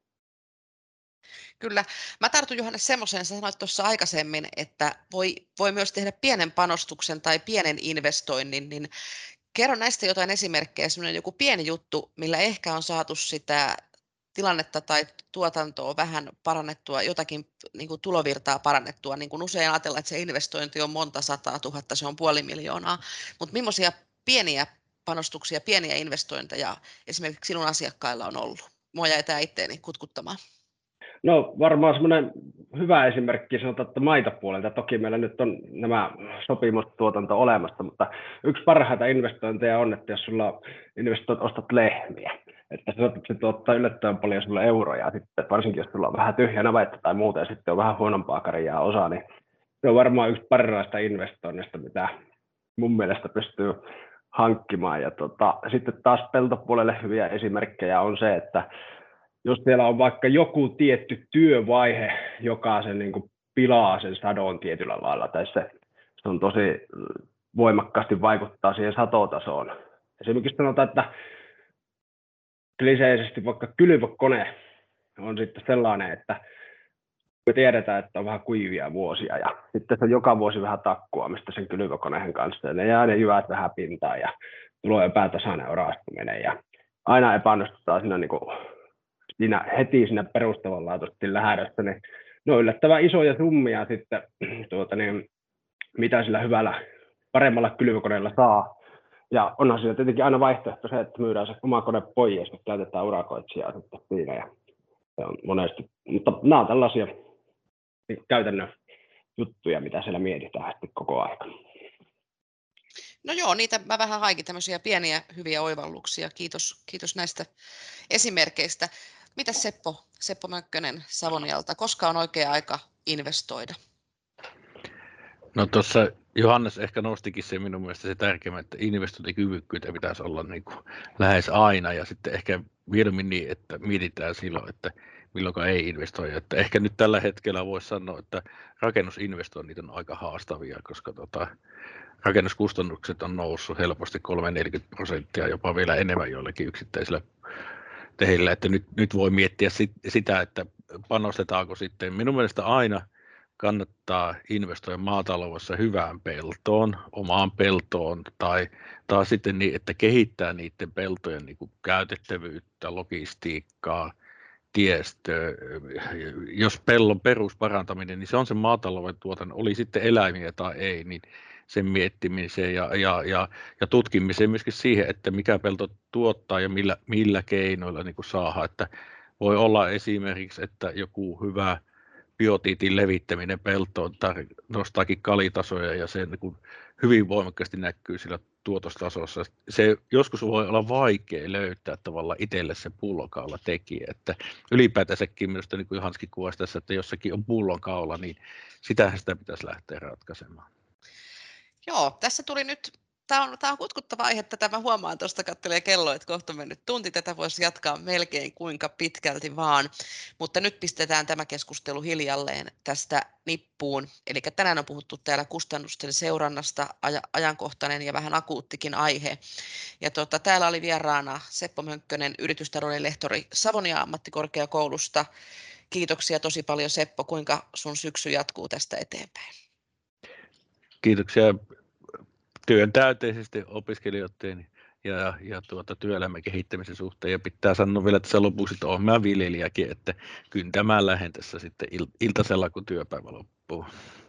Kyllä. Mä tartun, Johannes, semmoiseen, sä sanoit tuossa aikaisemmin, että voi myös tehdä pienen panostuksen tai pienen investoinnin, niin kerro näistä jotain esimerkkejä, semmoinen joku pieni juttu, millä ehkä on saatu sitä tilannetta tai tuotantoa vähän parannettua, jotakin niin kuin tulovirtaa parannettua, niin kuin usein ajatellaan, että se investointi on monta 100 000, se on 500 000, mutta millaisia pieniä panostuksia, pieniä investointeja esimerkiksi sinun asiakkailla on ollut? Mua jäi tämä itteeni kutkuttamaan. No varmaan semmoinen hyvä esimerkki, sanotaan, että maitopuolelta. Toki meillä nyt on nämä sopimustuotanto olemassa, mutta yksi parhaita investointeja on, että jos sulla ostat lehmiä, että se tuottaa yllättävän paljon sulle euroja, sitten, varsinkin jos sulla on vähän tyhjä navetta tai muuta ja sitten on vähän huonompaa karjaa osa, niin se on varmaan yksi parhaista investoinnista, mitä mun mielestä pystyy hankkimaan. Ja sitten taas peltopuolelle hyviä esimerkkejä on se, että jos siellä on vaikka joku tietty työvaihe, joka sen niin kuin pilaa sen sadon tietyllä lailla, tai se on tosi voimakkaasti vaikuttaa siihen satotasoon. Esimerkiksi sanotaan, että kliseisesti vaikka kylvökone on sitten sellainen, että me tiedetään, että on vähän kuivia vuosia, ja sitten se on joka vuosi vähän takkuamista sen kylvökoneen kanssa, ja ne jää ne jyvät vähän pintaan, ja tulee epätasainen orastuminen, ja aina epäonnistutaan siinä perustavanlaatuisesti lähdössä, niin ne on yllättävän isoja summia sitten, mitä sillä hyvällä, paremmalla kylvökoneella saa. Ja onhan siinä tietenkin aina vaihtoehto se, että myydään se oma kone pois ja käytetään urakoitsijaa sitten siinä. Ja se on monesti, mutta nämä on tällaisia käytännön juttuja, mitä siellä mietitään sitten koko ajan. No joo, niitä mä vähän haikin tämmöisiä pieniä hyviä oivalluksia. Kiitos näistä esimerkkeistä. Mitäs Seppo Mökkönen Savonialta, koska on oikea aika investoida? No tuossa Johannes ehkä nostikin se minun mielestä se tärkeimmä, että investointikyvykkyyttä pitäisi olla niin kuin lähes aina ja sitten ehkä mieluummin niin, että mietitään silloin, että milloin ei investoida. Että ehkä nyt tällä hetkellä voisi sanoa, että rakennusinvestoinnit on aika haastavia, koska rakennuskustannukset on noussut helposti 30-40%, jopa vielä enemmän joillekin yksittäisillä teillä, että nyt voi miettiä sitä, että panostetaanko sitten. Minun mielestä aina kannattaa investoida maataloudessa hyvään peltoon, omaan peltoon, tai sitten niin, että kehittää niiden peltojen niin kuin käytettävyyttä, logistiikkaa, tiestö, jos pellon perusparantaminen, niin se on se maatalouden tuotannon, oli sitten eläimiä tai ei, niin sen miettimiseen ja tutkimiseen myöskin siihen, että mikä pelto tuottaa ja millä keinoilla niin kuin saadaan. Että voi olla esimerkiksi, että joku hyvä biotiitin levittäminen peltoon nostaakin kalitasoja ja se niin kuin hyvin voimakkaasti näkyy sillä tuotostasossa. Se joskus voi olla vaikea löytää tavallaan itselle se pullonkaula tekijä, että ylipäätänsäkin minusta niin kuin Johanski kuvasi tässä, että jossakin on pullonkaula, niin sitä pitäisi lähteä ratkaisemaan. Joo, tässä tuli nyt, tämä on kutkuttava aihe, tätä mä huomaan tuosta, katselee kelloa, että kohta mennyt tunti, tätä voisi jatkaa melkein kuinka pitkälti vaan, mutta nyt pistetään tämä keskustelu hiljalleen tästä nippuun, eli tänään on puhuttu täällä kustannusten seurannasta, ajankohtainen ja vähän akuuttikin aihe, ja täällä oli vieraana Seppo Mönkkönen, yritystalouden lehtori Savonia ammattikorkeakoulusta. Kiitoksia tosi paljon Seppo, kuinka sun syksy jatkuu tästä eteenpäin? Kiitoksia työn täyteisesti opiskelijoiden ja työelämän kehittämisen suhteen. Ja pitää sanoa vielä tässä lopuksi, että olen mä viljelijäkin, että kyntämään lähden tässä sitten iltasella, kun työpäivä loppuu.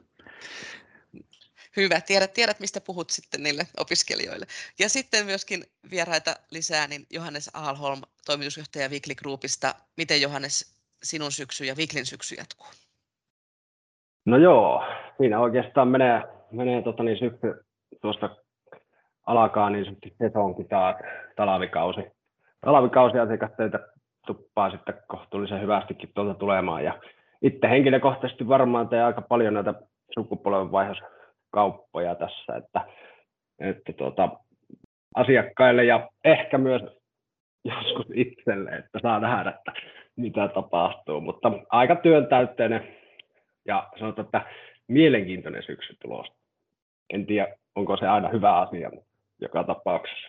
Hyvä, tiedät mistä puhut sitten niille opiskelijoille. Ja sitten myöskin vieraita lisää, niin Johannes Ahlholm, toimitusjohtaja Weekly Groupista. Miten Johannes sinun syksy ja Weeklyn syksy jatkuu? No joo, siinä oikeastaan menee syksy tuosta alkaa niin sanotusti sesonkin taas talvikausi. Talvikausi asiakastöitä tuppaa sitten kohtuullisen hyvästikin tuolta tulemaan. Ja itse henkilökohtaisesti varmaan teen aika paljon näitä sukupolvenvaihdoskauppoja tässä, että asiakkaille ja ehkä myös joskus itselle, että saa nähdä, että mitä tapahtuu. Mutta aika työntäytteinen ja sanotaan, että mielenkiintoinen syksy tulossa. En tiedä, onko se aina hyvä asia joka tapauksessa.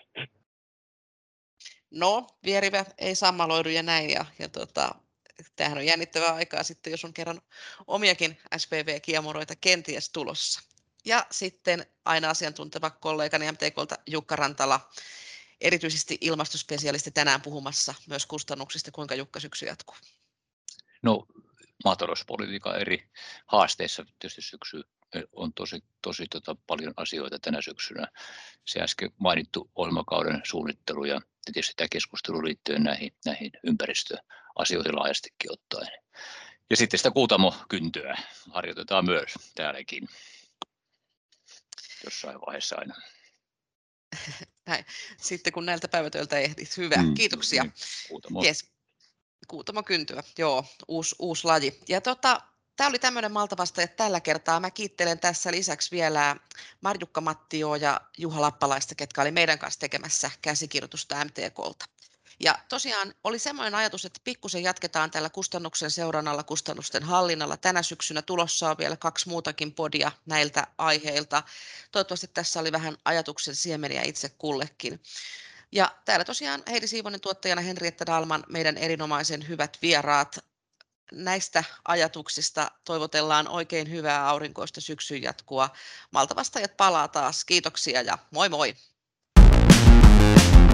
No, vierivä ei sammaloidu ja näin. Ja tämähän on jännittävää aikaa sitten, jos on kerran omiakin SPV-kiemuroita kenties tulossa. Ja sitten aina asiantunteva kollegani MTK:lta Jukka Rantala, erityisesti ilmastospesialisti tänään puhumassa myös kustannuksista. Kuinka Jukka syksy jatkuu? No, maatalouspolitiikan eri haasteissa tietysti syksy on tosi paljon asioita tänä syksynä. Se äsken mainittu ohjelmakauden suunnittelu ja tietysti tämä keskustelu liittyen näihin ympäristöasioihin laajastikin ottaen. Ja sitten sitä kuutamokyntöä harjoitetaan myös täälläkin jossain vaiheessa aina. Näin. Sitten kun näiltä päivätöiltä ehdit. Hyvä, kiitoksia. Yes. Kuutamokyntyä, joo, uusi laji. Ja tämä oli tämmöinen Maltavasta tällä kertaa. Mä kiittelen tässä lisäksi vielä Marjukka Mattioa ja Juha Lappalaista, ketkä oli meidän kanssa tekemässä käsikirjoitusta MTK:lta. Ja tosiaan oli semmoinen ajatus, että pikkusen jatketaan tällä kustannuksen seurannalla, kustannusten hallinnalla. Tänä syksynä tulossa on vielä 2 muutakin podia näiltä aiheilta. Toivottavasti tässä oli vähän ajatuksen siemeniä itse kullekin. Ja täällä tosiaan Heidi Siivonen tuottajana, Henrietta Dalman, meidän erinomaisen hyvät vieraat. Näistä ajatuksista toivotellaan oikein hyvää aurinkoista syksyn jatkua. Maltavastaajat palaa taas. Kiitoksia ja moi moi!